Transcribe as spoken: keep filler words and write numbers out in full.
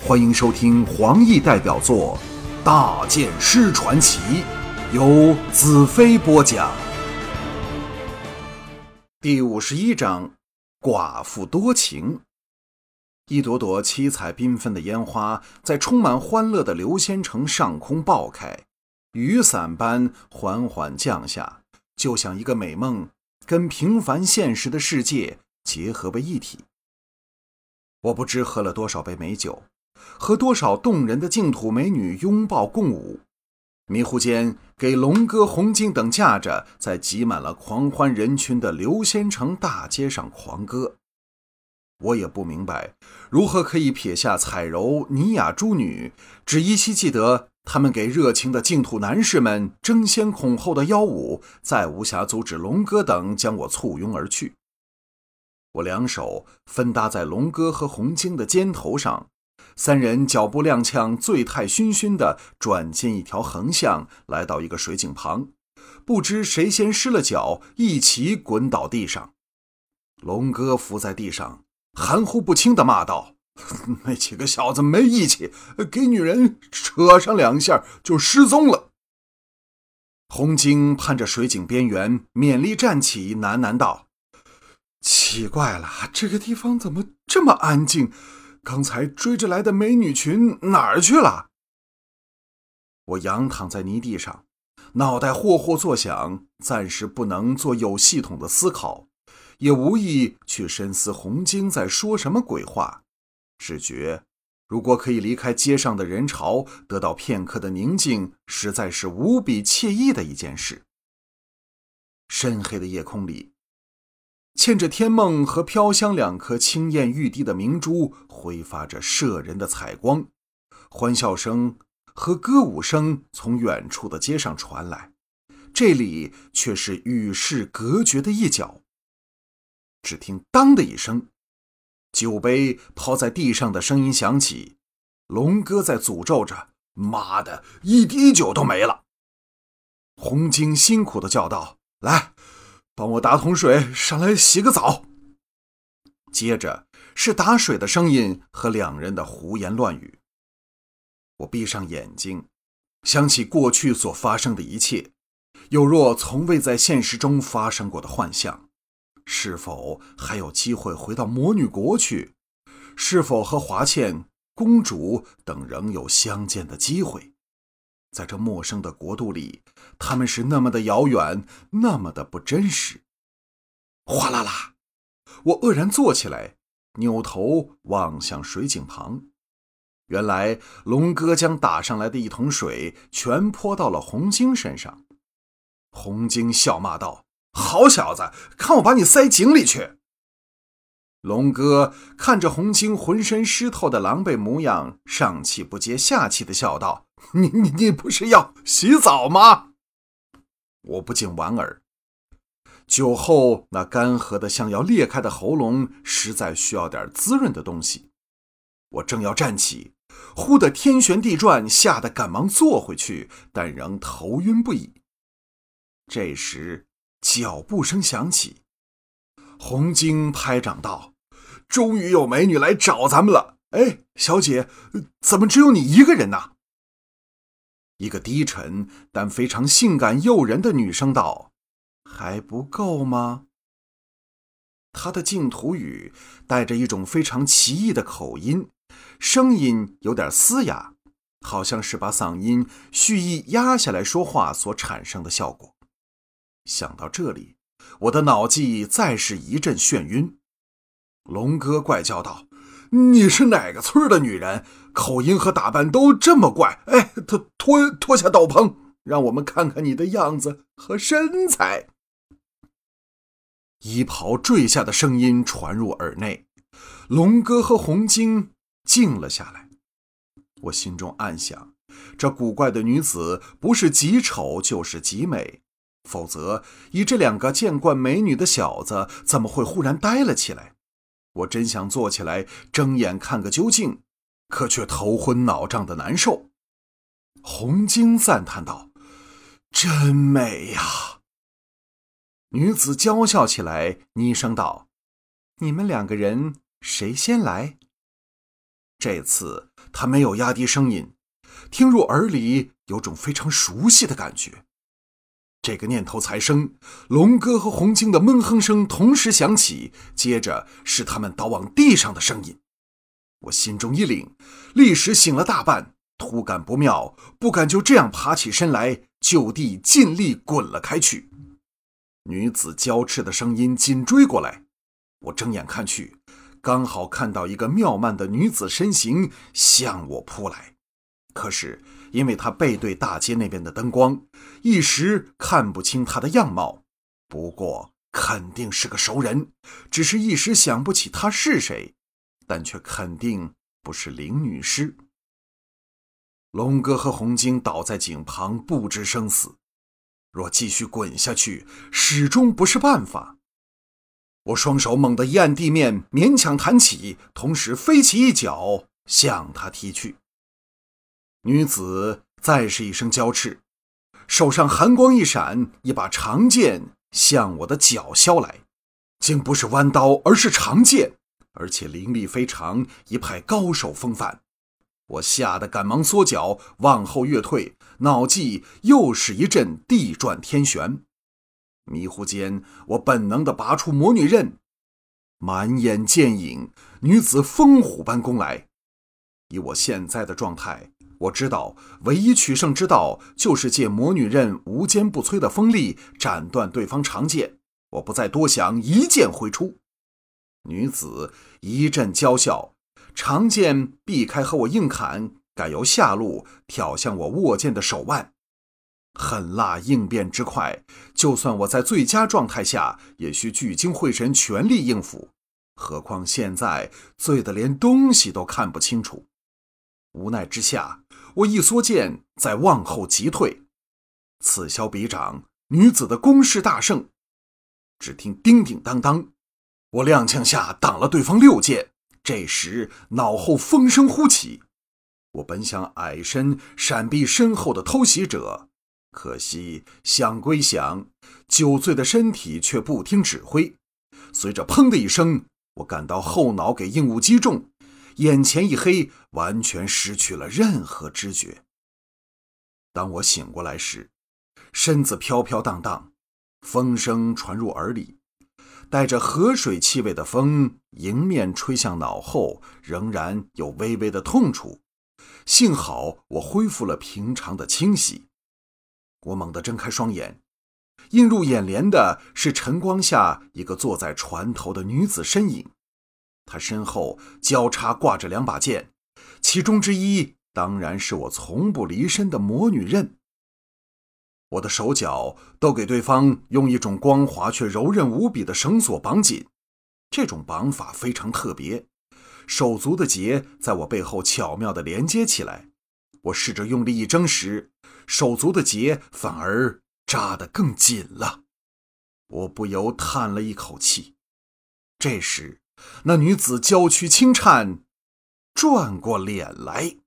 欢迎收听黄奕代表作《大剑师传奇》，由子飞播讲。第五十一章，寡妇多情。一朵朵七彩缤纷的烟花在充满欢乐的流仙城上空爆开，雨伞般缓缓降下，就像一个美梦跟平凡现实的世界结合为一体。我不知喝了多少杯美酒，和多少动人的净土美女拥抱共舞，迷糊间给龙哥、红巾等架着在挤满了狂欢人群的流仙城大街上狂歌。我也不明白如何可以撇下彩柔、尼雅诸女，只依稀记得他们给热情的净土男士们争先恐后的邀舞，再无暇阻止龙哥等将我簇拥而去。我两手分搭在龙哥和红巾的肩头上，三人脚步踉跄，醉态醺醺地转进一条横向，来到一个水井旁，不知谁先失了脚，一起滚倒地上。龙哥伏在地上含糊不清地骂道：那几个小子没义气，给女人扯上两下就失踪了。红巾攀着水井边缘勉力站起，喃喃道：奇怪了，这个地方怎么这么安静？刚才追着来的美女群哪儿去了？我仰躺在泥地上，脑袋霍霍作响，暂时不能做有系统的思考，也无意去深思红巾在说什么鬼话，只觉如果可以离开街上的人潮，得到片刻的宁静，实在是无比惬意的一件事。深黑的夜空里，嵌着天梦和飘香两颗清艳欲滴的明珠，挥发着摄人的彩光，欢笑声和歌舞声从远处的街上传来，这里却是与世隔绝的一角。只听当的一声，酒杯抛在地上的声音响起，龙哥在诅咒着：妈的，一滴酒都没了。红巾辛苦地叫道：来，帮我打桶水，上来洗个澡。接着是打水的声音和两人的胡言乱语。我闭上眼睛，想起过去所发生的一切，有若从未在现实中发生过的幻象。是否还有机会回到魔女国去？是否和华倩、公主等仍有相见的机会？在这陌生的国度里，他们是那么的遥远，那么的不真实。哗啦啦，我愕然坐起来，扭头望向水井旁。原来龙哥将打上来的一桶水全泼到了红巾身上。红巾笑骂道：好小子，看我把你塞井里去。龙哥看着红巾浑身湿透的狼狈模样，上气不接下气地笑道：你你你不是要洗澡吗？我不禁莞尔，酒后那干涸的像要裂开的喉咙，实在需要点滋润的东西。我正要站起，忽地天旋地转，吓得赶忙坐回去，但仍头晕不已。这时脚步声响起，红巾拍掌道：终于有美女来找咱们了。哎，小姐，怎么只有你一个人呢？一个低沉但非常性感诱人的女声道：还不够吗？她的净土语带着一种非常奇异的口音，声音有点嘶哑，好像是把嗓音蓄意压下来说话所产生的效果。想到这里，我的脑际再是一阵眩晕。龙哥怪叫道：你是哪个村的女人？口音和打扮都这么怪。哎，脱脱脱下斗篷，让我们看看你的样子和身材。衣袍坠下的声音传入耳内，龙哥和红巾静了下来。我心中暗想，这古怪的女子不是极丑就是极美，否则以这两个见惯美女的小子，怎么会忽然呆了起来？我真想坐起来睁眼看个究竟，可却头昏脑胀的难受。红巾赞叹道：真美呀！女子娇笑起来，昵声道：你们两个人谁先来？ 这次他没有压低声音，听入耳里有种非常熟悉的感觉。这个念头才生，龙哥和红晶的闷哼声同时响起，接着是他们倒往地上的声音。我心中一凛，立时醒了大半，突感不妙，不敢就这样爬起身来，就地尽力滚了开去。女子娇斥的声音紧追过来，我睁眼看去，刚好看到一个妙曼的女子身形向我扑来。可是因为她背对大街那边的灯光，一时看不清她的样貌，不过肯定是个熟人，只是一时想不起她是谁，但却肯定不是林女士。龙哥和红晶倒在井旁不知生死，若继续滚下去，始终不是办法。我双手猛地一按地面，勉强弹起，同时飞起一脚向他踢去。女子再是一声娇斥，手上寒光一闪，一把长剑向我的脚削来，竟不是弯刀，而是长剑，而且凌厉非常，一派高手风范。我吓得赶忙缩脚往后跃退，脑际又是一阵地转天旋。迷糊间，我本能地拔出魔女刃，满眼剑影，女子风虎般攻来。以我现在的状态，我知道唯一取胜之道就是借魔女刃无坚不摧的锋利斩断对方长剑。我不再多想，一剑挥出。女子一阵娇笑，长剑避开和我硬砍，改由下路挑向我握剑的手腕。狠辣应变之快，就算我在最佳状态下，也需聚精会神全力应付，何况现在醉得连东西都看不清楚。无奈之下，我一缩剑，再往后急退。此消彼长，女子的攻势大胜。只听叮叮当当，我踉跄下挡了对方六剑。这时脑后风声忽起，我本想矮身闪避身后的偷袭者，可惜想归想，酒醉的身体却不听指挥。随着砰的一声，我感到后脑给硬物击中，眼前一黑，完全失去了任何知觉。当我醒过来时，身子飘飘荡荡，风声传入耳里，带着河水气味的风迎面吹向脑后，仍然有微微的痛楚。幸好我恢复了平常的清晰。我猛地睁开双眼，映入眼帘的是晨光下一个坐在船头的女子身影。她身后交叉挂着两把剑，其中之一当然是我从不离身的魔女刃。我的手脚都给对方用一种光滑却柔韧无比的绳索绑紧，这种绑法非常特别，手足的结在我背后巧妙地连接起来。我试着用力一挣时，手足的结反而扎得更紧了。我不由叹了一口气。这时那女子娇躯轻颤，转过脸来。